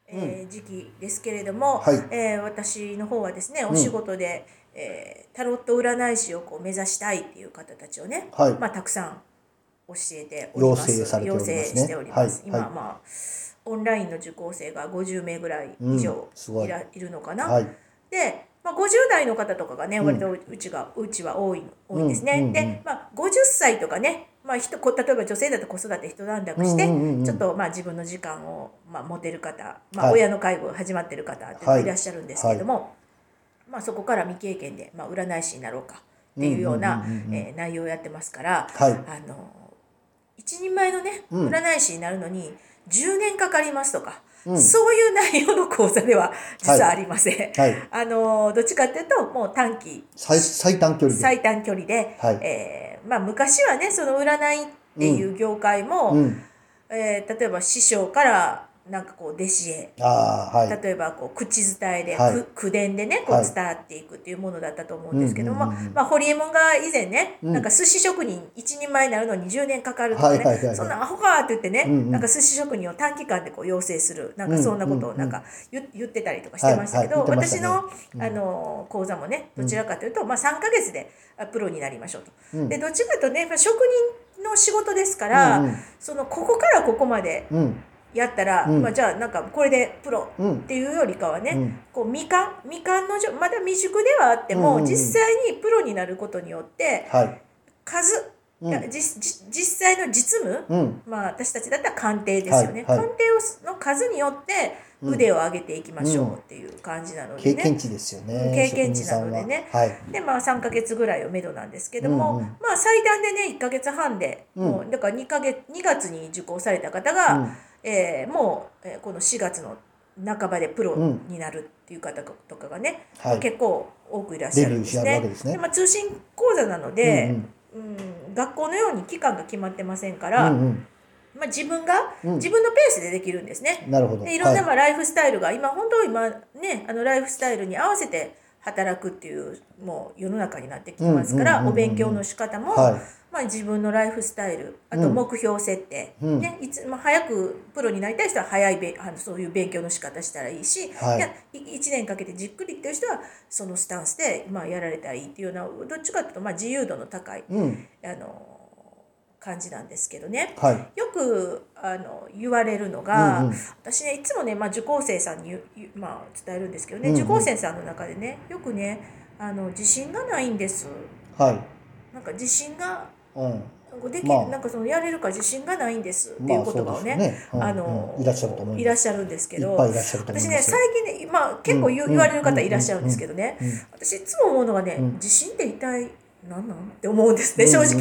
時期ですけれども、 はい。 私の方はですね、お仕事で、タロット占い師を目指したいっていう方たちをね、 はい。 たくさん教えており要ます。 請されて養おります成してね。はい。 おります。 はい。 今オンラインの受講生が50名ぐらいうん。 以上すごい。 いるのかな。 はい。 で、50代の方とかがね、割とうん。 うちは多いんですうん。うん。 ね。で、 うん。 50歳とかね、例えば女性だと子育て一段落うん。うして、 ん。うん。 ちょっと自分の時間を持てる方、 はい。 親の介護が始まってる方っていうのはい。 はいらっしゃるんですけはい。 れども、そこから未経験で、占い師になろうかっうん。うん。うん。 ていうような、 うん。 内容をやってますから、 はい。 あの一人前のねうん。 占い師になるのに10年かかりますとか、 うん。 そういう内容の講座では実はあはい。 りません。 はい。 どっちかっていうともう最短距離で。 最短距離で、 はい。 昔はねその占いっていううん。 業界も、 うん。 例えば師匠から弟子へ、 ああ、はい。 例えば口伝えではい。 口伝でねはい。 伝わっていくっていうものだったと思ううん。うん。 んですけども、 うん。 ホリエモンが以前ねうん。うん。 寿司職人一人前になるのに10年かかるとはい。 かね、 はい。はい。 そんはい。 なアホかって言ってね、 うん。うん。 寿司職人を短期間で養成するうん。 そんなうん。 ことをうん。 言ってたりとかしてはい。はい。言っましたけど、 てました私のね。うん。 講座もねどちうん。 らかというと、3ヶ月でプロになりましょうと。 うん。 でどっちかというとね、職人の仕事ですかうん。 ら、 うん。 ここからここまでうん。 やったら、 うん。 じゃあこれでプロうん。 っていうよりかはね、 うん。 未完のまだ未熟ではあってうん。 もうん。 実際にプロになることによってはい。 数うん。 実際の実務、 うん。 私たちだったら鑑定ですはい。 よね。 はい。 鑑定の数によってうん。 腕を上げていきまうん。 しょうっていう感じなので経験ね。 値ですよね、 経職験値な人さんは。 のでね。 はい。 で3ヶ月ぐらいをめどなんですけうん。 ども、 うん。 最短でね1ヶ月半でうん。 もうだから2月に受講された方が、 うん。 もう、この4月の半ばでプロうん。 になるっていう方とかがね、 はい。 結構多くいらっしゃるんデビューしあるわけですね。で、 ですね。 通信講座なのうん。うで、 ん。 学校のように期間が決まってませんかうん。 ら、 うん。 自うん。 分のペースでできるんですね。 なるほど。 でいろんなはい。 ライフスタイルが今ねライフスタイルに合わせて働くっていうもう世の中になってきてうん。うん。 ますから、お勉強うん。うん。 の仕方も、 は自分のライフスタイル、あい。うん。 と目標設定うん。 ね、早くプロになりたい人は早いそういう勉強の仕方したらいいし、いやはい。 1年かけてじっくりっていう人はそのスタンスで、やられたらいいっていうような、どっちかというと、自由度の高いうん。 あの感じなんですけどね。 はい。 よく言われるのうん。うが、 ん。 私ねいつもね、受講生さんに伝えるんですけどね、 うん。 受講うん。 生さんの中でねよくね自信がないんです、 はい。 自信がうん。 できまそのやれるか自信がないんですっていうまあ、そうで言葉をねしょうね。うん。うん。いらっしゃると思います。 いらっしゃるんですけど、 いっぱいいらっしゃると思い私ねますよ。 最近ね、結構うん。うん。 言われるうん。 方いらっしゃるんうん。 ですけどね、 うん。 私いつも思うのがね、 うん。 自信って一体何なんって思うんですね、 うん。うん。 正直。 うん。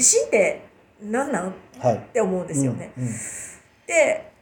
自信って何なんっはい。 て思うんでうん。 すよね。 うん。 で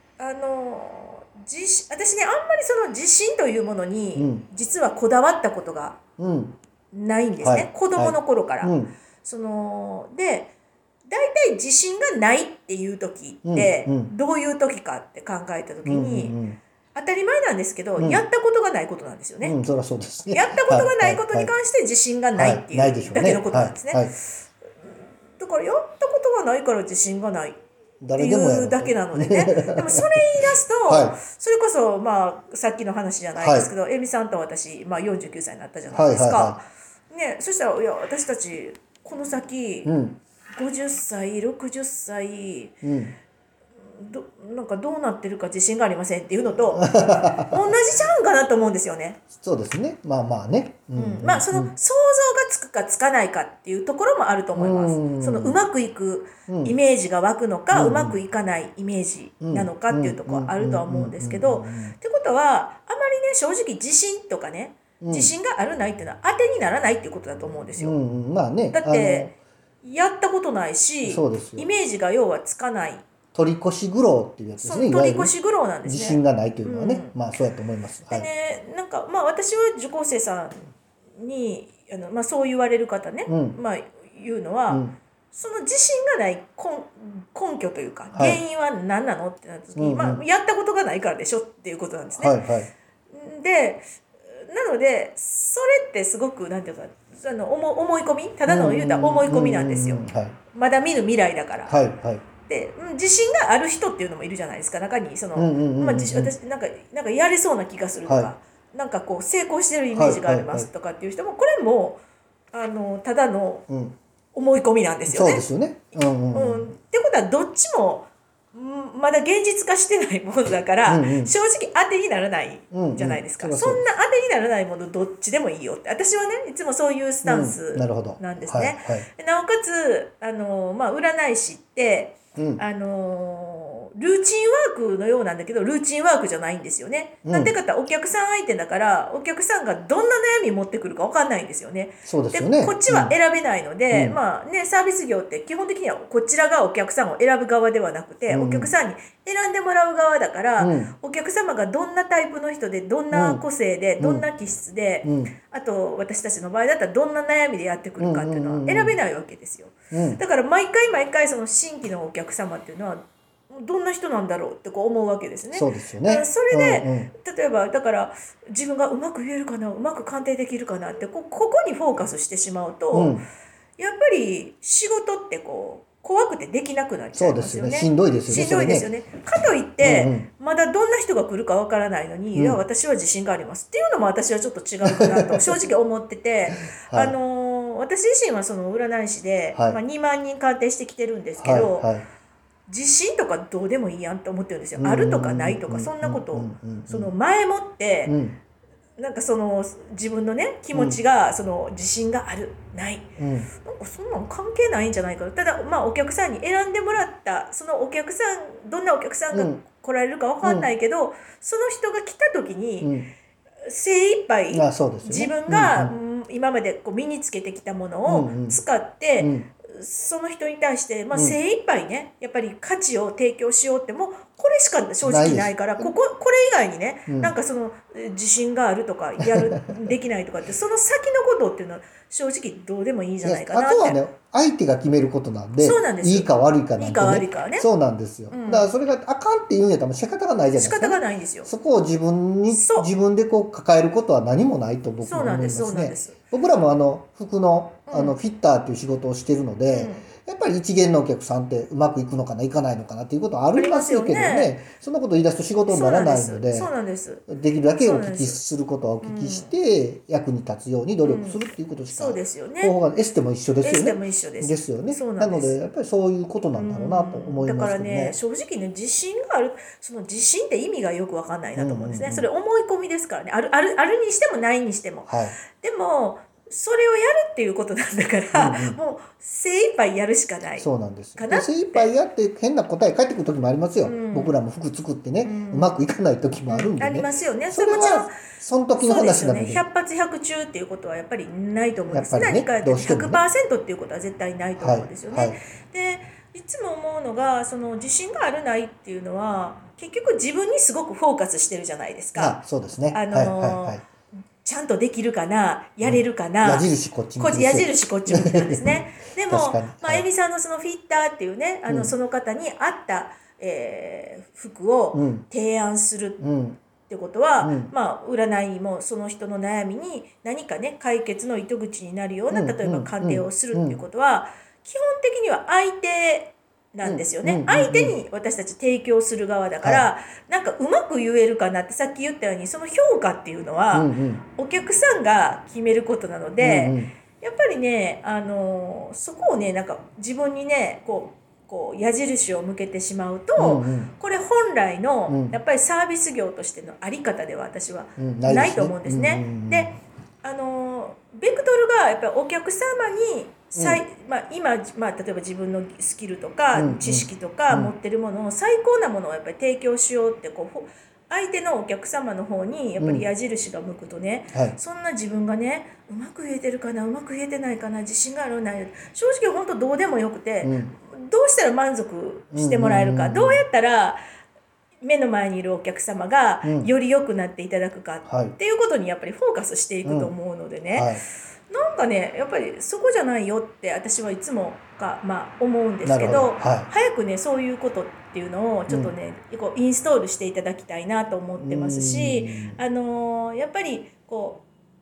私ねあんまりその自信というものにうん。 実はこだわったことがうん。 ないんですね、 はい。 子供はい。 の頃から。 うん。 で大体自信がないっていう時っうん。うてん。 どういう時かって考えたうん。う時に、 ん。 当たり前なんですけど、 うん。 やったことがないことなんですよね。 うん。そりゃそうですね。 やったことはい。 がなはい。 いことにはい。 関して自信がないっはい。ないでていうしょうね。 だけのことはい。 なんですね。 はい。 だからやったことがないから自信がないって誰でもやいうろうと。 だけなのでね。でもそれ言い出すと、 はい。 それこそさっきの話じゃないはい。 ですけど、エミさんと私、49歳になったじゃないはい。はい。はですか。 い。 ね、そしたら、いや、私たち、この先、 うん。 50歳、60歳、 うん。 どどうなってるか自信がありませんっていうのと、同じちゃうんかなと思うんですよね。 そうですね。まあまあね。うん。 その想像がうん。 つくかつかないかっていうところもあるとう思います。そのうん。 まくいくうん。 イメージが湧くのか、うまくうん。 いかないイメージうん。 なのかうん。 っていうところはうん。うん。 あるとは思うんですけど、ってことはあまりね正直自信とかね、 うん。うん。 自信があるないっていうのは当てにならないっていうことだと思うんですよ。 うん。まあね。 だってやったことないし、 そうですよ。 イメージが要はつかない、 取り越し苦労っていうやつですね。いわゆるね。 取り越し苦労なんですね。 自信がないというのはね。まあそうやと思います。はでい。 ね、私は受講生さんにそう言われる方ね、 うん。 言うのは、 うん。 その自信がない根拠というかはい。 原因は何なのってなった時に、 うん。うん。 やったことがないからでしょっていうことなんですね。 はい。はい。 でなのでそれってすごくなんていうか思い込み、たうん。 だの言うたら思いうん。う込みなんですよ。 ん。うん。はい。 まだ見ぬ未来だから。 はい。はい。 で、自信がある人っていうのもいるじゃないですか。中にその、私なんかやれそうな気がするとか、 はなんかこう成功してるイメージがありますとかっていう人も、これもただの思い込みなんですよね。 そうですよね。 ってことはどっちもまだ現実化してないものだから、正直当てにならないじゃないですか。そんな当てにならないものどっちでもいいよって私はねいつもそういうスタンスなんですね。なおかつ占い師ってルーチンワークのようなんだけどルーチンワークじゃないんですよね。なんて方お客さん相手だからお客さんがどんな悩み持ってくるか分かんないんですよね。 そうですよね。 でこっちは選べないので、サービス業って基本的にはこちらがお客さんを選ぶ側ではなくて、お客さんに選んでもらう側だから、お客様がどんなタイプの人でどんな個性で、どんな気質で、あと私たちの場合だったらどんな悩みでやってくるかっていうのは選べないわけですよ。だから毎回その新規のお客様っていうのはどんな人なんだろうってこう思うわけですね。 そうですよね。 それで、例えばだから自分がうまく言えるかなうまく鑑定できるかなってここにフォーカスしてしまうと、やっぱり仕事ってこう怖くてできなくなっちゃいますよね。 しんどいですよね。 しんどいですよね。かといって、まだどんな人が来るかわからないのに、いや私は自信がありますっていうのも私はちょっと違うかなと正直思ってて、私自身はその占い師で、2万人鑑定してきてるんですけど、自信とかどうでもいいやんって思ってるんですよ。あるとかないとかそんなことをその前もってなんかその自分のね気持ちがその自信があるない、なんかそんなの関係ないんじゃないかな。ただお客さんに選んでもらったそのお客さんどんなお客さんが来られるか分かんないけど、その人が来た時に精一杯自分が今までこう身につけてきたものを使ってその人に対して、精一杯ねやっぱり価値を提供しようってもこれしか正直ないからこれ以外にね、なんかその自信があるとかできないとかってその先のことっていうのは正直どうでもいいんじゃないかなって。 あとはね相手が決めることなんでいいか悪いかなんてねそうなんですよ。だからそれがあかんって言うんやったら仕方がないじゃないですか。 仕方がないんですよ。 そこを自分でこう抱えることは何もないと僕は思いますね。僕らも服のフィッターっていう仕事をしてるので、やっぱり一元のお客さんってうまくいくのかないかないのかなっていうことはありますけどね、そんなこと言い出すと仕事にならないので、できるだけお聞きすることはお聞きして役に立つように努力するっていうことしか方法がエステも一緒ですよね。ですよね。なのでやっぱりそういうことなんだろうなと思いますけどね。 だからね正直ね自信があるその自信って意味がよく分かんないなと思うんですね。それ思い込みですからね。あるにしてもないにしても。でもそれをやるっていうことなんだから、もう精一杯やるしかないそうなんです。精一杯やって変な答え返ってくる時もありますよ。僕らも服作ってね、うまくいかない時もあるんでね。 ありますよね。 それはその時の話なので。 100発100中っていうことはやっぱりないと思うんです。何かやって 100% っていうことは絶対ないと思うんですよね。でいつも思うのがその自信があるないっていうのは結局自分にすごくフォーカスしてるじゃないですか。 そうですね。 ちゃんとできるかなやれるかな、 矢印こっち向き矢印こっち向きなんですね。でもエミさんのそのフィッターっていうねその方に合った、服を提案するってことは、占いもその人の悩みに何かね解決の糸口になるような例えば鑑定をするっていうことは基本的には相手なんですよね。相手に私たち提供する側だから、なんかうまく言えるかなってさっき言ったようにその評価っていうのは、お客さんが決めることなので、やっぱりねそこをねなんか自分にねこう矢印を向けてしまうと、これ本来のやっぱりサービス業としての在り方では私はないと思うんですね。でベクトルがやっぱりお客様に今、例えば自分のスキルとか知識とか持ってるものを最高なものをやっぱり提供しようって相手のお客様の方にやっぱり矢印が向くとね、そんな自分がねうまく言えてるかなうまく言えてないかな自信があるない正直本当どうでもよくて、どうしたら満足してもらえるか、どうやったら目の前にいるお客様がより良くなっていただくかっていうことにやっぱりフォーカスしていくと思うのでね、なんかねやっぱりそこじゃないよって私はいつも思うんですけど、早くねそういうことっていうのをちょっとね、インストールしていただきたいなと思ってますし、やっぱり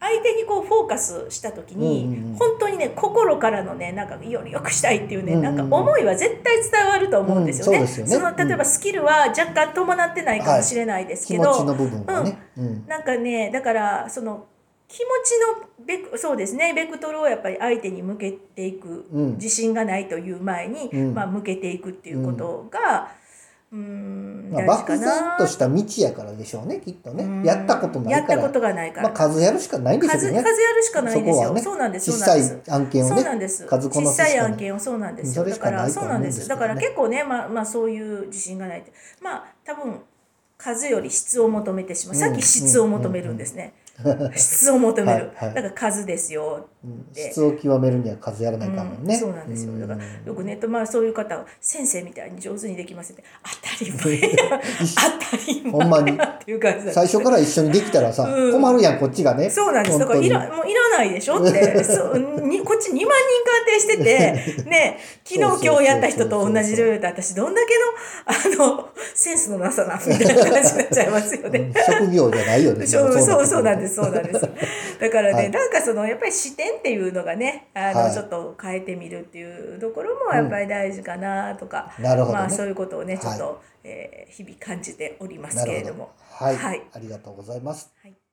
相手にこうフォーカスした時に、本当にね心からのねなんかより良くしたいっていうね、なんか思いは絶対伝わると思うんですよね。その例えばスキルは若干伴ってないかもしれないですけど、 気持ちの部分はね、 なんかねだからその気持ちのそうですねベクトルをやっぱり相手に向けていく、自信がないという前に、向けていくっていうことが、 漠然とした道やからでしょうねきっとね。やったことないから、 やったことがないから、 数やるしかないんですよね。 数やるしかないんですよ。そうなんです。 小さい案件をね、 数こなすしかない。小さい案件をそうなんですよ。だからそうなんです。だから結構ねそういう自信がないって多分数より質を求めてしまう。さっき質を求めるんですね。質を求める。だから数ですよって。 質を極めるには数やらないかもね。 そうなんですよ。だからよくねそういう方は先生みたいに上手にできますって当たり前や当たり前やほんまにっていう感じ最初から一緒にできたらさ、困るやんこっちがね。 そうなんです。だからもういらないでしょってこっち2万人鑑定しててね昨日今日やった人と同じ量で私どんだけのセンスのなさなみたいな感じになっちゃいますよね。 職業じゃないよね。 そうなんです。だからね、なんかやっぱり視点っていうのがねちょっと変えてみるっていうところもやっぱり大事かなとか、そういうことをねちょっと、日々感じておりますけれども。 はい、ありがとうございます。 はい。